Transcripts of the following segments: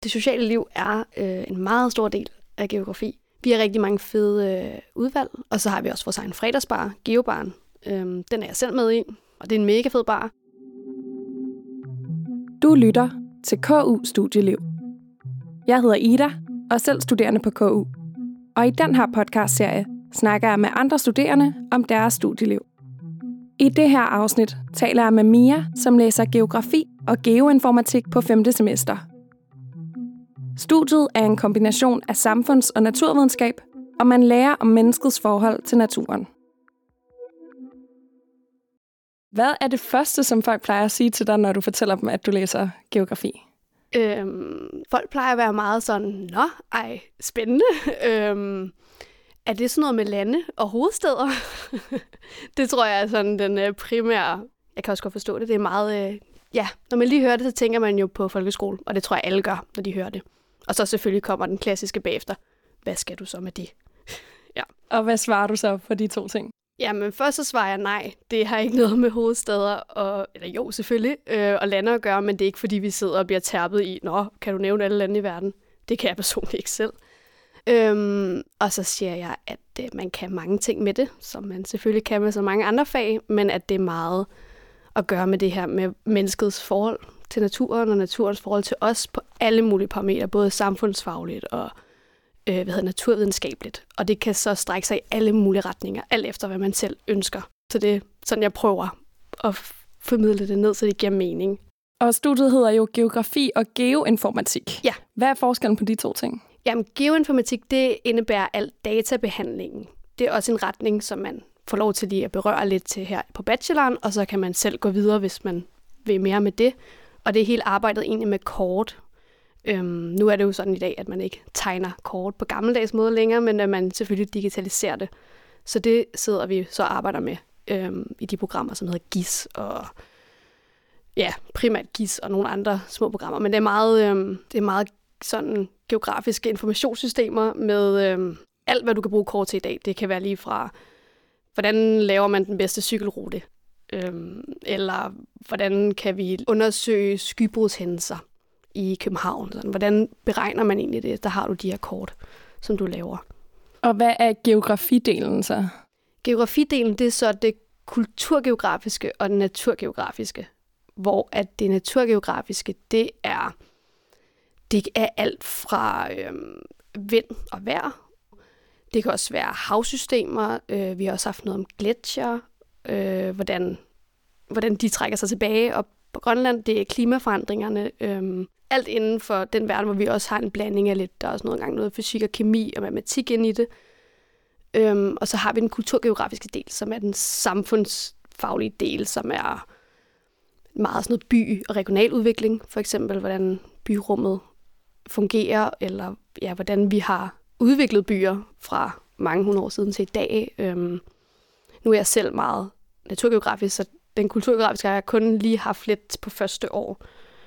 Det sociale liv er en meget stor del af geografi. Vi har rigtig mange fede udvalg, og så har vi også vores egen fredagsbar, Geobaren. Den er jeg selv med i, og det er en mega fed bar. Du lytter til KU Studieliv. Jeg hedder Ida, og er selv studerende på KU. Og i den her podcastserie snakker jeg med andre studerende om deres studieliv. I det her afsnit taler jeg med Mia, som læser geografi og geoinformatik på 5. semester. Studiet er en kombination af samfunds- og naturvidenskab, og man lærer om menneskets forhold til naturen. Hvad er det første, som folk plejer at sige til dig, når du fortæller dem, at du læser geografi? Folk plejer at være meget sådan, spændende. Er det sådan noget med lande og hovedsteder? Det tror jeg er sådan den primære. Jeg kan også godt forstå det. Det er meget, når man lige hører det, så tænker man jo på folkeskole, og det tror jeg alle gør, når de hører det. Og så selvfølgelig kommer den klassiske bagefter. Hvad skal du så med det? Ja. Og hvad svarer du så på de to ting? Jamen først så svarer jeg nej. Det har ikke noget med hovedsteder, eller jo selvfølgelig, og lande at gøre, men det er ikke fordi vi sidder og bliver tærpet i, kan du nævne alle lande i verden? Det kan jeg personligt ikke selv. Og så siger jeg, at man kan mange ting med det, som man selvfølgelig kan med så mange andre fag, men at det er meget at gøre med det her med menneskets forhold til naturen og naturens forhold til os på alle mulige parametre, både samfundsfagligt og naturvidenskabeligt. Og det kan så strække sig i alle mulige retninger, alt efter hvad man selv ønsker. Så det er sådan, jeg prøver at formidle det ned, så det giver mening. Og studiet hedder jo geografi og geoinformatik. Ja. Hvad er forskellen på de to ting? Jamen, geoinformatik, det indebærer al databehandlingen. Det er også en retning, som man får lov til lige at berøre lidt til her på bacheloren, og så kan man selv gå videre, hvis man vil mere med det. Og det er hele arbejdet egentlig med kort. Nu er det jo sådan i dag, at man ikke tegner kort på gammeldags måde længere, men at man selvfølgelig digitaliserer det. Så det sidder vi så og arbejder med i de programmer, som hedder GIS og primært GIS og nogle andre små programmer. Men det er meget sådan geografiske informationssystemer med alt, hvad du kan bruge kort til i dag. Det kan være lige fra, hvordan laver man den bedste cykelrute, eller hvordan kan vi undersøge skybrudshændelser i København. Sådan, hvordan beregner man egentlig det? Der har du de her kort, som du laver. Og hvad er geografidelen så? Geografidelen, det er så det kulturgeografiske og det naturgeografiske, hvor at det naturgeografiske, det er alt fra vind og vejr. Det kan også være havsystemer. Vi har også haft noget om gletsjer, hvordan de trækker sig tilbage. Og på Grønland, det er klimaforandringerne. Alt inden for den verden, hvor vi også har en blanding af lidt. Der er også noget fysik og kemi og matematik ind i det. Og så har vi den kulturgeografiske del, som er den samfundsfaglige del, som er meget sådan noget by- og regional udvikling. For eksempel, hvordan byrummet fungerer, eller hvordan vi har udviklet byer fra mange hundrede år siden til i dag. Nu er jeg selv meget naturgeografisk, så den kulturgeografiske har jeg kun lige haft lidt på første år.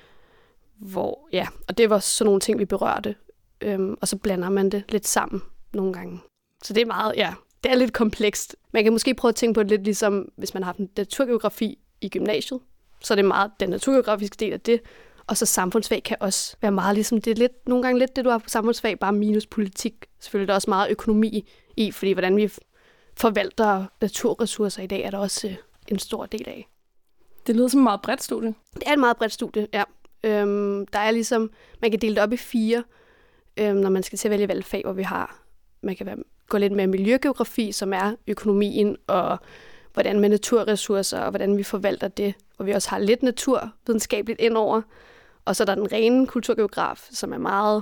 Og det var sådan nogle ting, vi berørte. Og så blander man det lidt sammen nogle gange. Så det er meget, det er lidt komplekst. Man kan måske prøve at tænke på det lidt ligesom, hvis man har haft en naturgeografi i gymnasiet. Så er det meget den naturgeografiske del af det. Og så samfundsfag kan også være meget ligesom, det er lidt, nogle gange lidt det, du har på samfundsfag, bare minus politik. Selvfølgelig er der også meget økonomi i, fordi hvordan vi forvalter naturressourcer i dag, er der også en stor del af. Det lyder som et meget bredt studie. Det er et meget bredt studie, ja. Der er ligesom, man kan dele det op i 4, når man skal til at vælge valgfag, hvor vi har, man kan gå lidt med miljøgeografi, som er økonomien, og hvordan med naturressourcer, og hvordan vi forvalter det, hvor vi også har lidt naturvidenskabeligt indover. Og så er der den rene kulturgeograf, som er meget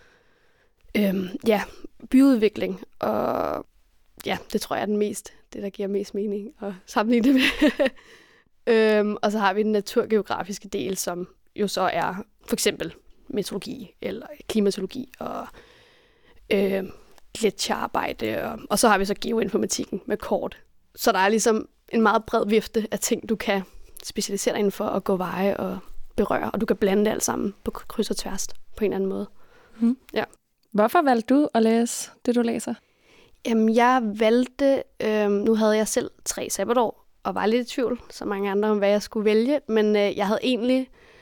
byudvikling, og det tror jeg er det der giver mest mening at sammenligne det med. Og så har vi den naturgeografiske del, som jo så er for eksempel meteorologi eller klimatologi og gletsjerarbejde. Og så har vi så geoinformatikken med kort. Så der er ligesom en meget bred vifte af ting, du kan specialisere dig inden for at gå veje og berøre, og du kan blande det alt sammen på kryds og tværs på en eller anden måde. Mm. Ja. Hvorfor valgte du at læse det, du læser? Jamen, jeg valgte, nu havde jeg selv 3 sabbatår, og var lidt i tvivl, så mange andre om, hvad jeg skulle vælge, men jeg havde egentlig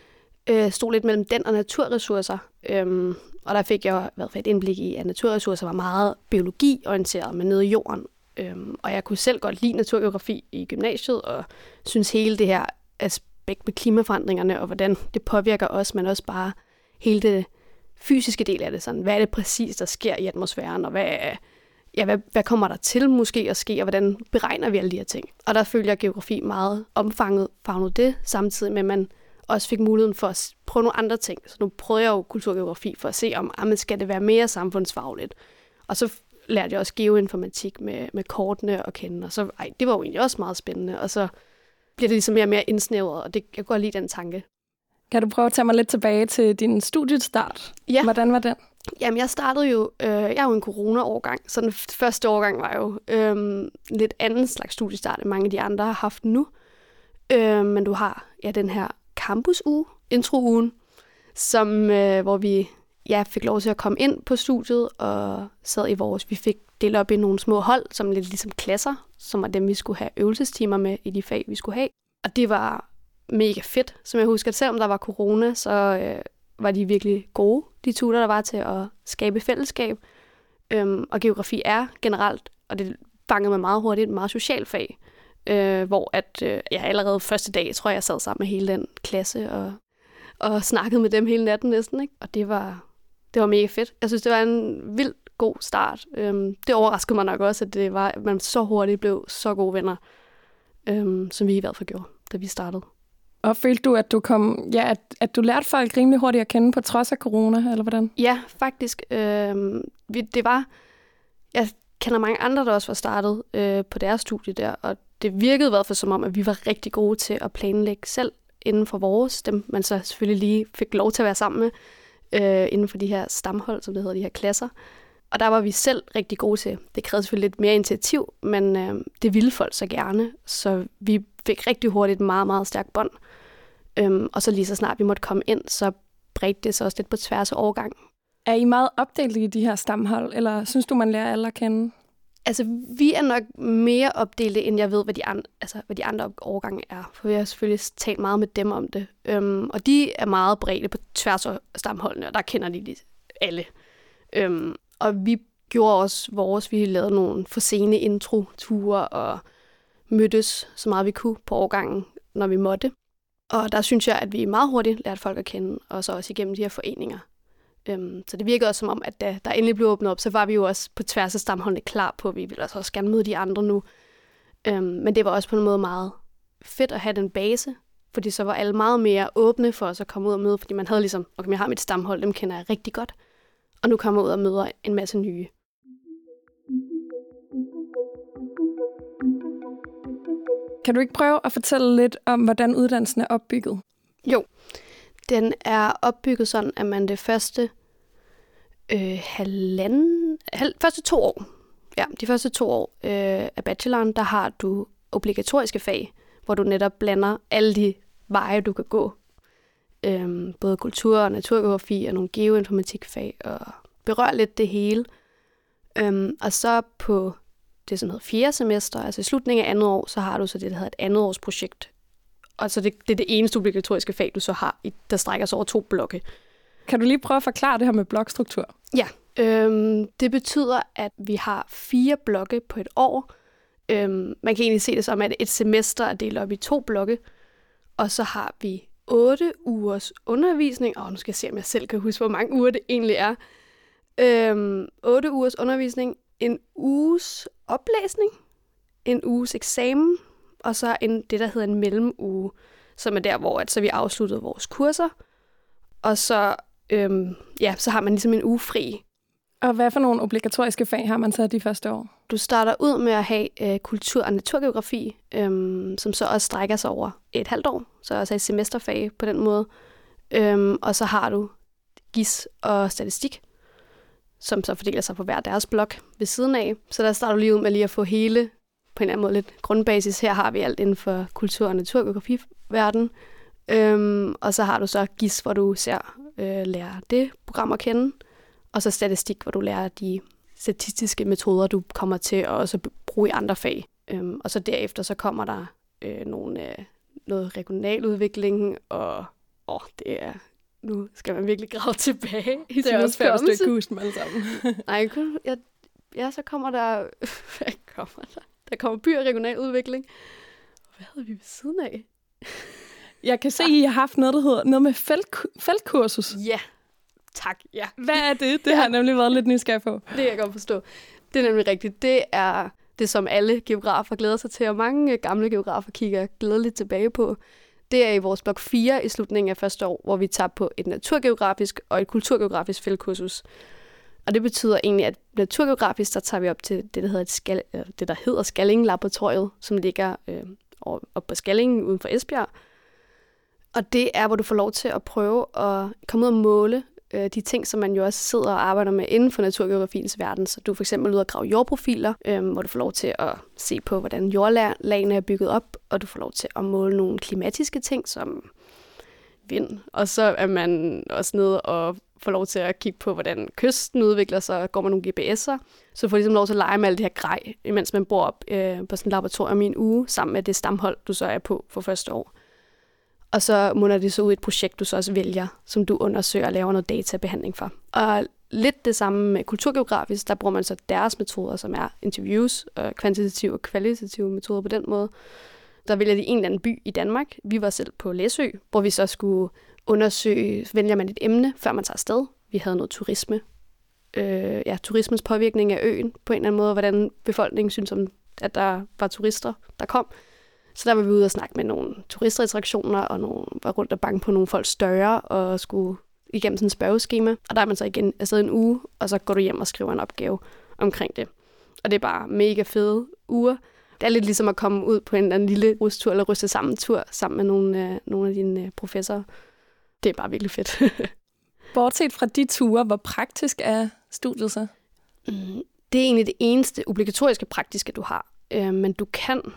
stod lidt mellem den og naturressourcer. Og der fik jeg et indblik i, at naturressourcer var meget biologiorienteret med nede i jorden. Og jeg kunne selv godt lide naturgeografi i gymnasiet, og synes hele det her aspekt med klimaforandringerne, og hvordan det påvirker os, men også bare hele det fysiske del af det. Sådan, hvad er det præcis, der sker i atmosfæren, og hvad kommer der til måske at ske, og hvordan beregner vi alle de her ting. Og der følger geografi meget omfavnet det, samtidig med, at man også fik muligheden for at prøve nogle andre ting. Så nu prøvede jeg jo kulturgeografi for at se, om skal det være mere samfundsfagligt. Og så lærte jeg også geoinformatik med kortene og kende, og så, det var jo egentlig også meget spændende, og så bliver det ligesom mere og mere indsnævret, og det, jeg kan godt lide den tanke. Kan du prøve at tage mig lidt tilbage til din studiestart? Ja. Hvordan var den? Jamen, jeg startede jo, jeg er jo en corona-årgang, så den første årgang var jo lidt anden slags studiestart, end mange af de andre har haft nu. Men du har den her campusuge, introugen, hvor vi fik lov til at komme ind på studiet og sad i vi fik delt op i nogle små hold, som lidt ligesom klasser, som var dem, vi skulle have øvelsestimer med i de fag, vi skulle have. Og det var mega fedt, som jeg husker. Selvom der var corona, så var de virkelig gode, de tutor, der var til at skabe fællesskab. Og geografi er generelt, og det fangede mig meget hurtigt, et meget socialt fag, hvor jeg allerede første dag, tror jeg sad sammen med hele den klasse og snakkede med dem hele natten næsten, ikke? Og det var mega fedt. Jeg synes, det var en vildt god start. Det overraskede mig nok også, at man så hurtigt blev så gode venner, som vi i hvert fald gjorde, da vi startede. Og følte du, at at du lærte folk rimelig hurtigt at kende på trods af corona, eller hvordan? Ja, faktisk. Jeg kender mange andre, der også var startet på deres studie der, og det virkede i hvert fald som om, at vi var rigtig gode til at planlægge selv inden for dem man så selvfølgelig lige fik lov til at være sammen med, inden for de her stamhold, som det hedder, de her klasser. Og der var vi selv rigtig gode til. Det krævede selvfølgelig lidt mere initiativ, men det ville folk så gerne, så vi fik rigtig hurtigt et meget, meget stærkt bånd. Og så lige så snart vi måtte komme ind, så bredte det sig også lidt på tværs af årgang. Er I meget opdelt i de her stamhold, eller synes du, man lærer alle at kende? Altså, vi er nok mere opdelte, end jeg ved, hvad de andre årgange er. For vi har selvfølgelig talt meget med dem om det. Og de er meget brede på tværs af stamholdene, og der kender de alle. Og vi gjorde også vi lavede nogle forsene intro-ture og mødtes så meget vi kunne på årgangen, når vi måtte. Og der synes jeg, at vi meget hurtigt lærte folk at kende, og så også igennem de her foreninger. Så det virkede også som om, at da der endelig blev åbnet op, så var vi jo også på tværs af stamholdene klar på, at vi ville også gerne møde de andre nu. Men det var også på en måde meget fedt at have den base, fordi så var alle meget mere åbne for os at komme ud og møde, fordi man havde ligesom, okay, jeg har mit stamhold, dem kender jeg rigtig godt, og nu kommer jeg ud og møder en masse nye. Kan du ikke prøve at fortælle lidt om, hvordan uddannelsen er opbygget? Jo, den er opbygget sådan, at man det første første 2 år, de første 2 år af bacheloren, der har du obligatoriske fag, hvor du netop blander alle de veje, du kan gå. Både kultur og naturgeografi og nogle geoinformatikfag, og berører lidt det hele. Og så på det, som hedder 4. semester, altså i slutningen af 2. år, så har du så det, der hedder et 2. års projekt. Og så det er det eneste obligatoriske fag, du så har, der strækker sig over 2 blokke. Kan du lige prøve at forklare det her med blokstruktur? Ja, det betyder, at vi har 4 blokke på et år. Man kan egentlig se det som, at et semester er delt op i 2 blokke, og så har vi 8 ugers undervisning. Nu skal jeg se, om jeg selv kan huske, hvor mange uger det egentlig er. 8 ugers undervisning, en uges oplæsning, en uges eksamen, og så det, der hedder en mellemuge, som er der, hvor så vi afsluttede vores kurser. Og så, så har man ligesom en uge fri. Og hvad for nogle obligatoriske fag har man så de første år? Du starter ud med at have kultur- og naturgeografi, som så også strækker sig over et halvt år, så også er et semesterfag på den måde. Og så har du GIS og statistik, som så fordeler sig på hver deres blok ved siden af. Så der starter du lige ud med lige at få hele, på en eller anden måde lidt grundbasis. Her har vi alt inden for kultur- og naturgeografi-verden. Og så har du så GIS, hvor du lærer det program at kende. Og så statistik, hvor du lærer de statistiske metoder, du kommer til at også bruge i andre fag. Og så derefter så kommer der noget regional udvikling og Nu skal man virkelig grave tilbage i det er også før, du ikke huske dem alle sammen. Nej, så kommer der... Hvad kommer der? Der kommer by- og regional udvikling. Hvad havde vi ved siden af? Jeg kan se, at I har haft noget, der hedder noget med feltkursus. Ja, tak. Ja. Hvad er det? Det har jeg nemlig været lidt nysgerrig på. Det kan jeg godt forstå. Det er nemlig rigtigt. Det er det, som alle geografer glæder sig til, og mange gamle geografer kigger glædeligt tilbage på. Det er i vores blok 4 i slutningen af første år, hvor vi tager på et naturgeografisk og et kulturgeografisk feltkursus. Og det betyder egentlig, at naturgeografisk, der tager vi op til det, der hedder Skallingen-laboratoriet, som ligger oppe på Skallingen uden for Esbjerg. Og det er, hvor du får lov til at prøve at komme ud og måle de ting, som man jo også sidder og arbejder med inden for naturgeografiens verden. Så du er for eksempel ude at grave jordprofiler, hvor du får lov til at se på, hvordan jordlagene er bygget op, og du får lov til at måle nogle klimatiske ting, som vind. Og så er man også nede og får lov til at kigge på, hvordan kysten udvikler sig, og går man nogle GPS'er. Så du får ligesom lov til at lege med alt det her grej, imens man bor op på sådan et laboratorium i en uge, sammen med det stamhold, du så er på for første år. Og så munder det så ud i et projekt, du så også vælger, som du undersøger og laver noget databehandling for. Og lidt det samme med kulturgeografisk, der bruger man så deres metoder, som er interviews, og kvantitative og kvalitative metoder på den måde. Der vælger de en eller anden by i Danmark. Vi var selv på Læsø, hvor vi så skulle undersøge, vælger man et emne, før man tager afsted. Vi havde noget turisme. Turismens påvirkning af øen på en eller anden måde, hvordan befolkningen synes om, at der var turister, der kom. Så der var vi ude og snakke med nogle turistattraktioner, og var rundt og banke på nogle folks døre, og skulle igennem sådan et spørgeskema. Og der er man så igen afsted en uge, og så går du hjem og skriver en opgave omkring det. Og det er bare mega fede uger. Det er lidt ligesom at komme ud på en eller anden lille rustur, eller ryste sammen tur, sammen med nogle af dine professorer. Det er bare virkelig fedt. Bortset fra de ture, hvor praktisk er studiet så? Det er egentlig det eneste obligatoriske praktiske, du har. Men du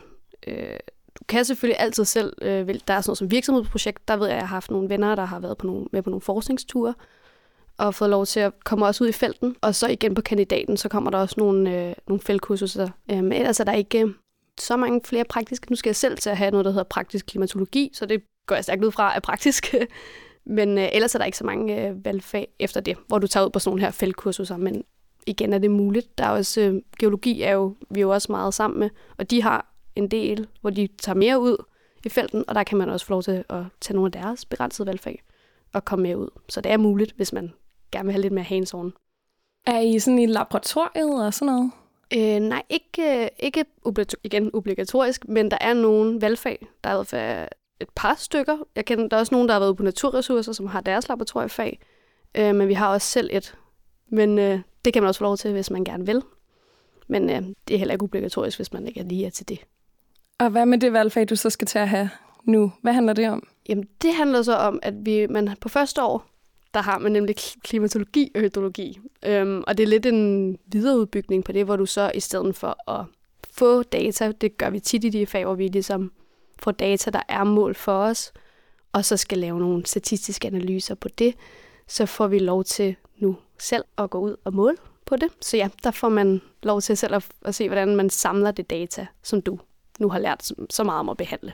kan selvfølgelig altid selv, der er sådan noget som virksomhedsprojekt, der ved jeg har haft nogle venner, der har været med på nogle forskningsture, og fået lov til at komme også ud i felten. Og så igen på kandidaten, så kommer der også nogle feltkursuser. Men ellers er der ikke så mange flere praktiske. Nu skal jeg selv til at have noget, der hedder praktisk klimatologi, så det går jeg stærkt ud fra af praktisk. Men ellers er der ikke så mange valgfag efter det, hvor du tager ud på sådan nogle her feltkursuser. Men igen er det muligt. Der er også, geologi vi er jo også meget sammen med, og de har en del, hvor de tager mere ud i felten, og der kan man også få lov til at tage nogle af deres begrænsede valgfag og komme mere ud. Så det er muligt, hvis man gerne vil have lidt mere hands-on. Er I sådan i laboratoriet og sådan noget? Nej, ikke obligatorisk, men der er nogle valgfag. Der er for et par stykker. Jeg kender, der er også nogen, der har været på naturressourcer, som har deres laboratoriefag, men vi har også selv et. Men det kan man også få lov til, hvis man gerne vil. Men det er heller ikke obligatorisk, hvis man ikke lige er til det. Og hvad med det valgfag, du så skal til at have nu? Hvad handler det om? Jamen, det handler så om, at man på første år, der har man nemlig klimatologi og hydrologi. Og det er lidt en videreudbygning på det, hvor du så i stedet for at få data, det gør vi tit i de fag, hvor vi ligesom får data, der er mål for os, og så skal lave nogle statistiske analyser på det, så får vi lov til nu selv at gå ud og måle på det. Så ja, der får man lov til selv at se, hvordan man samler det data, som du nu har lært så meget om at behandle.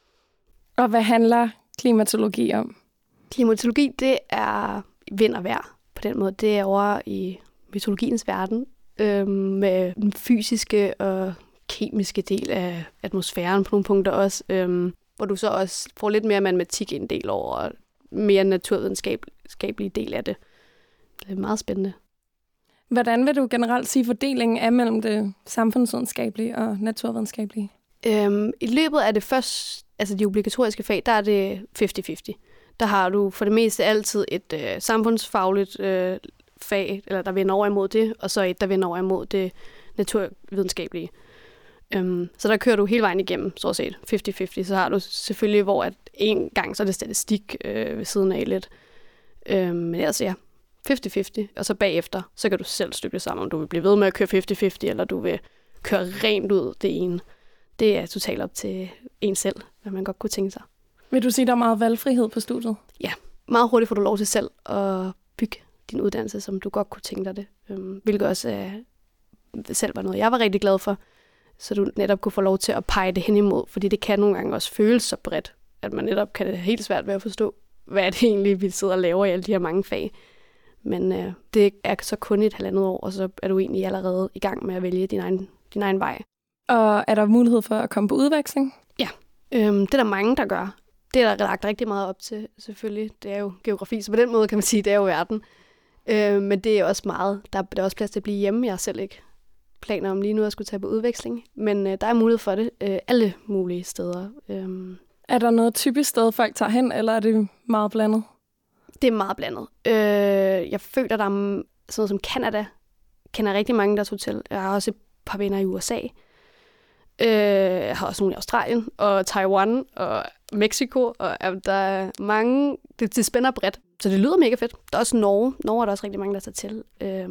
Og hvad handler klimatologi om? Klimatologi, det er vind og vejr på den måde. Det er over i mytologiens verden, med den fysiske og kemiske del af atmosfæren på nogle punkter også, hvor du så også får lidt mere matematik en del over, og mere naturvidenskabelige del af det. Det er meget spændende. Hvordan vil du generelt sige fordelingen er mellem det samfundsvidenskabelige og naturvidenskabelige? I løbet af det første, altså de obligatoriske fag, der er det 50-50. Der har du for det meste altid et samfundsfagligt fag, eller der vender over imod det, og så et, der vender over imod det naturvidenskabelige. Så der kører du hele vejen igennem, så at sige 50-50. Så har du selvfølgelig, hvor at en gang så er det statistik ved siden af lidt. Men altså ja, 50-50. Og så bagefter, så kan du selv stykke det sammen, om du vil blive ved med at køre 50-50, eller du vil køre rent ud det ene. Det er totalt op til en selv, hvad man godt kunne tænke sig. Vil du sige, der er meget valgfrihed på studiet? Ja, meget hurtigt får du lov til selv at bygge din uddannelse, som du godt kunne tænke dig det. Hvilket også selv var noget, jeg var rigtig glad for. Så du netop kunne få lov til at pege det hen imod, fordi det kan nogle gange også føles så bredt, at man netop kan det helt svært ved at forstå, hvad er det egentlig, vi sidder og laver i alle de her mange fag. Men det er så kun et 1,5 år, og så er du egentlig allerede i gang med at vælge din egen vej. Og er der mulighed for at komme på udveksling? Ja, det er der mange, der gør. Det er der lagt rigtig meget op til, selvfølgelig. Det er jo geografi, så på den måde kan man sige, det er jo verden. Men det er også meget. Der er også plads til at blive hjemme. Jeg har selv ikke planer om lige nu at skulle tage på udveksling. Men der er mulighed for det alle mulige steder. Er der noget typisk sted, folk tager hen, eller er det meget blandet? Det er meget blandet. Jeg føler, der er sådan noget som Canada. Kender rigtig mange deres hotel. Jeg har også et par venner i USA. Jeg har også nogle i Australien og Taiwan og Mexico. Og der er mange. Det spænder bredt. Så det lyder mega fedt. Der er også Norge. Norge er der også rigtig mange, der tager til.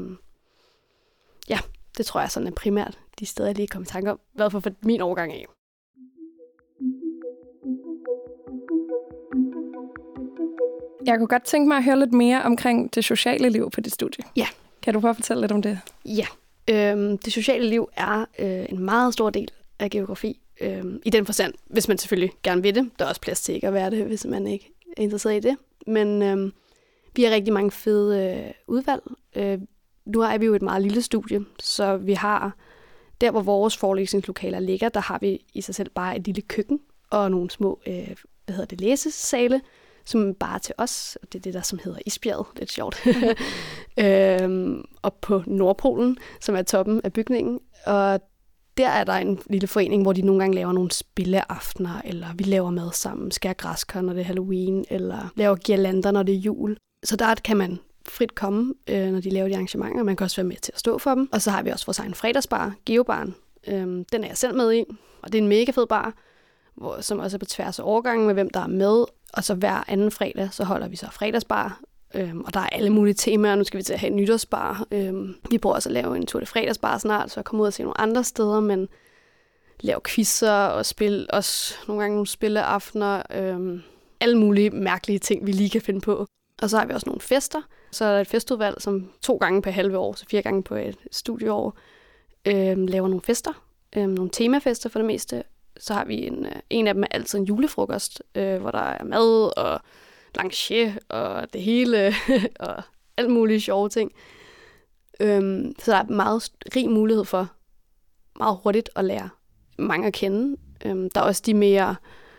Ja, det tror jeg sådan er primært de steder, jeg lige kom i tanke om. Hvad for min overgang af. Jeg kunne godt tænke mig at høre lidt mere omkring det sociale liv på dit studie. Ja. Kan du prøve at fortælle lidt om det? Ja. Det sociale liv er en meget stor del af geografi. I den forstand, hvis man selvfølgelig gerne vil det. Der er også plads til ikke at være det, hvis man ikke er interesseret i det. Men vi har rigtig mange fede udvalg. Nu er vi jo et meget lille studie, så vi har, der hvor vores forelæsningslokaler ligger, der har vi i sig selv bare et lille køkken og nogle små læsesale, som bare er til os. Det er det, der som hedder Isbjerget. Lidt sjovt. Og på Nordpolen, som er toppen af bygningen. Og der er der en lille forening, hvor de nogle gange laver nogle spilleaftener, eller vi laver mad sammen, skærer græskar, når det er Halloween, eller laver girlander, når det er jul. Så der kan man frit komme, når de laver de arrangementer. Man kan også være med til at stå for dem. Og så har vi også vores egen fredagsbar, Geobaren. Den er jeg selv med i, og det er en mega fed bar, som også er på tværs af årgangen med, hvem der er med. Og så hver anden fredag, så holder vi så fredagsbar. Og der er alle mulige temaer. Nu skal vi til at have en nytårsbar. Vi prøver også at lave en tur til fredagsbar snart, så jeg kommer ud og se nogle andre steder, men lave quizzer og spille også nogle gange nogle spilleaftener. Alle mulige mærkelige ting, vi lige kan finde på. Og så har vi også nogle fester. Så er der et festudvalg, som 2 gange per halve år, så 4 gange på et studieår, laver nogle fester. Nogle temafester for det meste. Så har vi en af dem er altid en julefrokost, hvor der er mad og lancier og det hele, og alt mulige sjove ting. Så der er meget rig mulighed for meget hurtigt at lære mange at kende. Der er også de mere,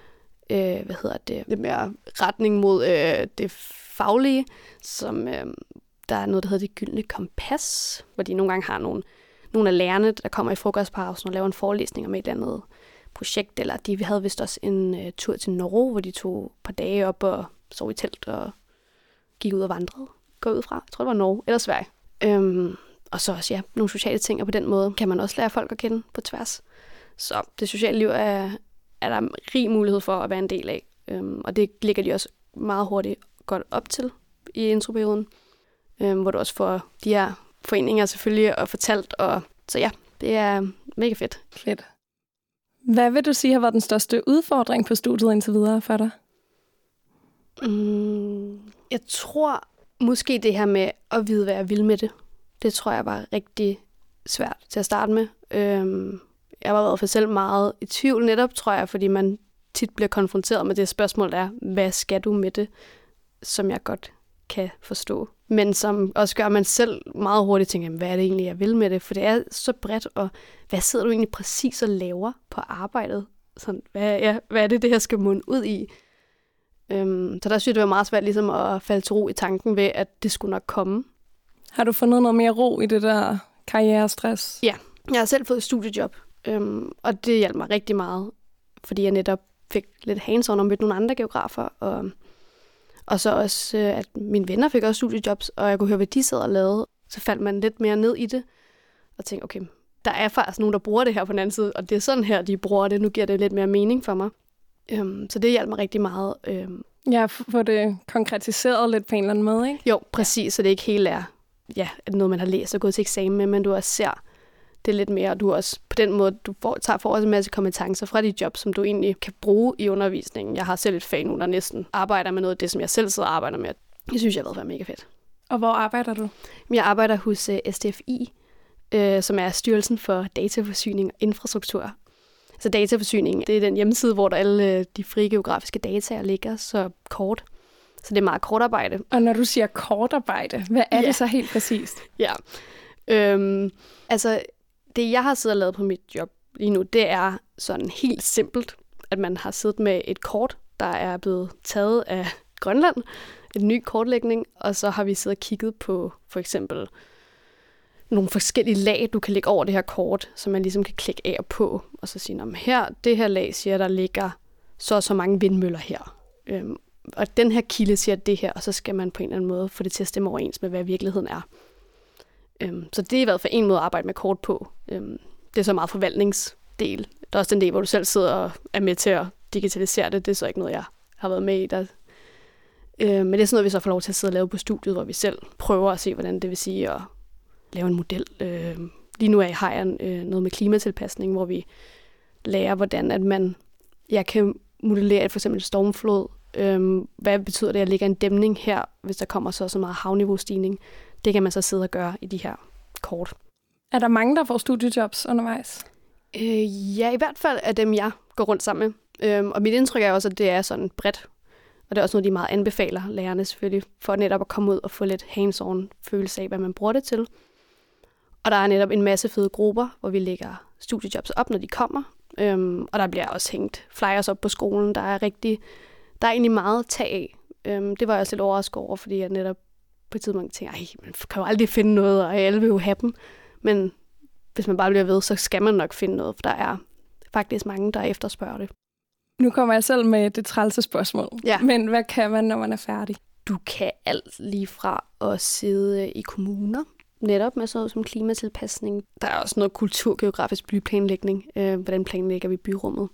lidt mere retning mod det faglige, som der er noget, der hedder det gyldne kompas, hvor de nogle gange har nogle af lærerne, der kommer i frokostpausen og laver en forelæsning om et eller andet projekt, eller vi havde vist også en tur til Norge, hvor de tog et par dage op og sov i telt og gik ud og vandrede. Gå ud fra, jeg tror det var Norge eller Sverige. Og så også nogle sociale ting, og på den måde kan man også lære folk at kende på tværs. Så det sociale liv er der rig mulighed for at være en del af, og det ligger de også meget hurtigt godt op til i introperioden, hvor du også får de her foreninger selvfølgelig og fortalt, og så ja, det er mega fedt. Fedt. Hvad vil du sige har været den største udfordring på studiet indtil videre for dig? Jeg tror måske det her med at vide, hvad jeg vil med det. Det tror jeg var rigtig svært til at starte med. Jeg var i hvert fald selv meget i tvivl netop, tror jeg, fordi man tit bliver konfronteret med det spørgsmål, der er, hvad skal du med det, som jeg godt kan forstå. Men som også gør, at man selv meget hurtigt tænker, hvad er det egentlig, jeg vil med det? For det er så bredt, og hvad sidder du egentlig præcis og laver på arbejdet? Sådan, hvad er det her skal munde ud i? Så der synes jeg, det var meget svært ligesom at falde til ro i tanken ved, at det skulle nok komme. Har du fundet noget mere ro i det der karrierestress? Ja, jeg har selv fået et studiejob, og det hjalp mig rigtig meget, fordi jeg netop fik lidt hands-on og mødte nogle andre geografer, og så også, at mine venner fik også studiejobs, og jeg kunne høre, hvad de sad og lavede. Så faldt man lidt mere ned i det, og tænkte, okay, der er faktisk nogen, der bruger det her på den anden side, og det er sådan her, de bruger det. Nu giver det lidt mere mening for mig. Så det hjalp mig rigtig meget. Ja, få det konkretiseret lidt på en eller anden måde, ikke? Jo, præcis, så det ikke helt er noget, man har læst og gået til eksamen med, men du også ser det lidt mere, og du også på den måde, du får også en masse kompetencer fra dit job, som du egentlig kan bruge i undervisningen. Jeg har selv et fag nu, der næsten arbejder med noget af det, som jeg selv sidder og arbejder med. Det synes jeg har været mega fedt. Og hvor arbejder du? Jeg arbejder hos SDFI, som er Styrelsen for Dataforsyning og Infrastruktur. Så dataforsyning, det er den hjemmeside, hvor der alle de frie geografiske data ligger, så kort. Så det er meget kort arbejde. Og når du siger kort arbejde, hvad er det så helt præcist? Ja, altså det jeg har siddet og lavet på mit job lige nu, det er sådan helt simpelt, at man har siddet med et kort, der er blevet taget af Grønland, en ny kortlægning, og så har vi siddet og kigget på for eksempel nogle forskellige lag, du kan lægge over det her kort, så man ligesom kan klikke af og på, og så sige, det her lag siger, der ligger så mange vindmøller her. Og den her kilde siger det her, og så skal man på en eller anden måde få det til at stemme overens med, hvad virkeligheden er. Så det er i hvert fald en måde at arbejde med kort på. Det er så meget forvaltningsdel. Der er også den del, hvor du selv sidder og er med til at digitalisere det. Det er så ikke noget, jeg har været med i. Men det er sådan noget, vi så får lov til at sidde og lave på studiet, hvor vi selv prøver at se, hvordan det vil sige at lave en model. Lige nu har jeg noget med klimatilpasning, hvor vi lærer, hvordan at jeg kan modellere for eksempel stormflod. Hvad betyder det, at jeg lægger en dæmning her, hvis der kommer så meget havniveaustigning? Det kan man så sidde og gøre i de her kort. Er der mange, der får studiejobs undervejs? Ja, i hvert fald af dem, jeg går rundt sammen med. Og mit indtryk er også, at det er sådan bredt. Og det er også noget, de meget anbefaler lærerne selvfølgelig, for netop at komme ud og få lidt hands-on følelse af, hvad man bruger det til. Og der er netop en masse fede grupper, hvor vi lægger studiejobs op, når de kommer. Og der bliver også hængt flyers op på skolen. Der er egentlig meget at tage af. Det var jeg også lidt overrasket over, fordi jeg netop på et tidspunkt tænkte, man kan jo aldrig finde noget, og alle vil jo have dem. Men hvis man bare bliver ved, så skal man nok finde noget, for der er faktisk mange, der efterspørger det. Nu kommer jeg selv med det trælse spørgsmål. Ja. Men hvad kan man, når man er færdig? Du kan alt lige fra at sidde i kommuner, netop med sådan noget som klimatilpasning. Der er også noget kulturgeografisk byplanlægning. Hvordan planlægger vi byrummet?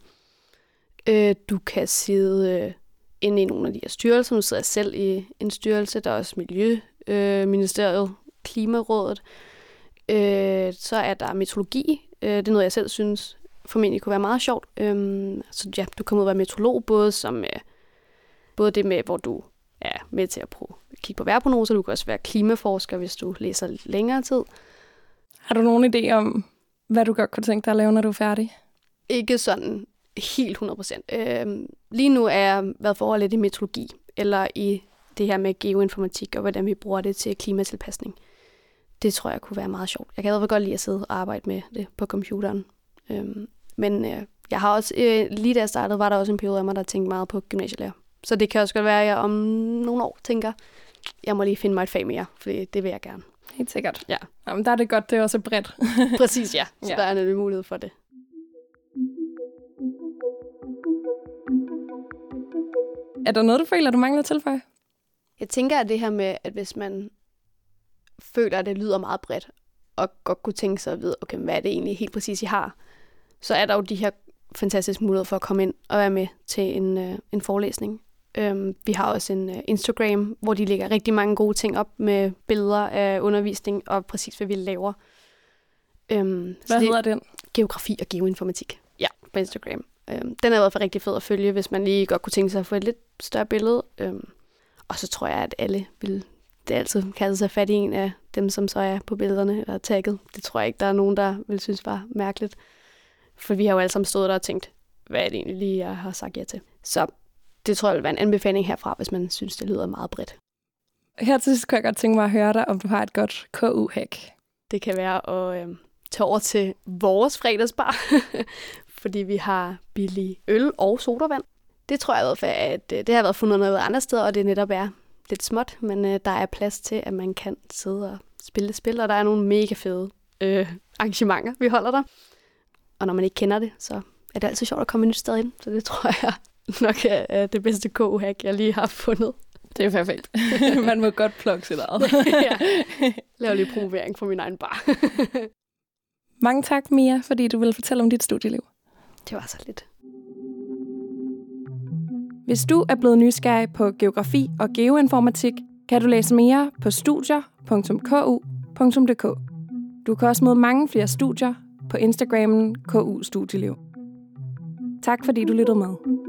Du kan sidde inde i nogle af de her styrelser. Nu sidder jeg selv i en styrelse. Der er også Miljøministeriet, Klimarådet. Så er der meteorologi. Det er noget, jeg selv synes formentlig kunne være meget sjovt. Så ja, du kommer ud og være meteorolog, både det med, hvor du er med til at kigge på vejrprognoser. Du kan også være klimaforsker, hvis du læser længere tid. Har du nogen idé om, hvad du godt kunne tænke dig at lave, når du er færdig? Ikke sådan helt 100%. Lige nu er jeg været for lidt i meteorologi, eller i det her med geoinformatik, og hvordan vi bruger det til klimatilpasning. Det tror jeg kunne være meget sjovt. Jeg kan i hvert fald godt lide at sidde og arbejde med det på computeren. Men jeg har også, lige da jeg startede, var der også en periode af mig, der tænkte meget på gymnasielærer. Så det kan også godt være, at jeg om nogle år tænker, jeg må lige finde mig et fag mere, for det vil jeg gerne. Helt sikkert. Ja. Jamen, der er det godt, det er også bredt. Præcis, ja. Så der er nemlig mulighed for det. Er der noget, du føler, du mangler at tilføje? Jeg tænker, at det her med, at hvis man føler, at det lyder meget bredt, og godt kunne tænke sig at vide, okay, hvad er det egentlig helt præcis, I har, så er der jo de her fantastiske muligheder for at komme ind og være med til en forelæsning. Vi har også en Instagram, hvor de lægger rigtig mange gode ting op med billeder af undervisning og præcis, hvad vi laver. Hvad hedder den? Geografi og geoinformatik. Ja, på Instagram. Den er i hvert fald rigtig fed at følge, hvis man lige godt kunne tænke sig at få et lidt større billede. Og så tror jeg, at alle vil det altid kaste sig fat i en af dem, som så er på billederne eller tagget. Det tror jeg ikke, der er nogen, der vil synes var mærkeligt. For vi har jo alle sammen stået der og tænkt, hvad er det egentlig lige, jeg har sagt ja til. Så det tror jeg vil være en anbefaling herfra, hvis man synes, det lyder meget bredt. Her til sidst kunne jeg godt tænke mig at høre dig, om du har et godt KU-hack. Det kan være at tage over til vores fredagsbar, fordi vi har billig øl og sodavand. Det tror jeg i hvert fald, at det har været fundet noget andre steder, og det netop er lidt småt, men der er plads til, at man kan sidde og spille spil, og der er nogle mega fede arrangementer, vi holder der. Og når man ikke kender det, så er det altid sjovt at komme et nyt sted ind, så det tror jeg nok er det bedste KU-hack, jeg lige har fundet. Det er perfekt. Man må godt plukke sit eget. Ja. Lav lige promovering for min egen bar. Mange tak, Mia, fordi du ville fortælle om dit studieliv. Det var så lidt. Hvis du er blevet nysgerrig på geografi og geoinformatik, kan du læse mere på studier.ku.dk. Du kan også møde mange flere studier på Instagrammen KU Studieliv. Tak fordi du lyttede med.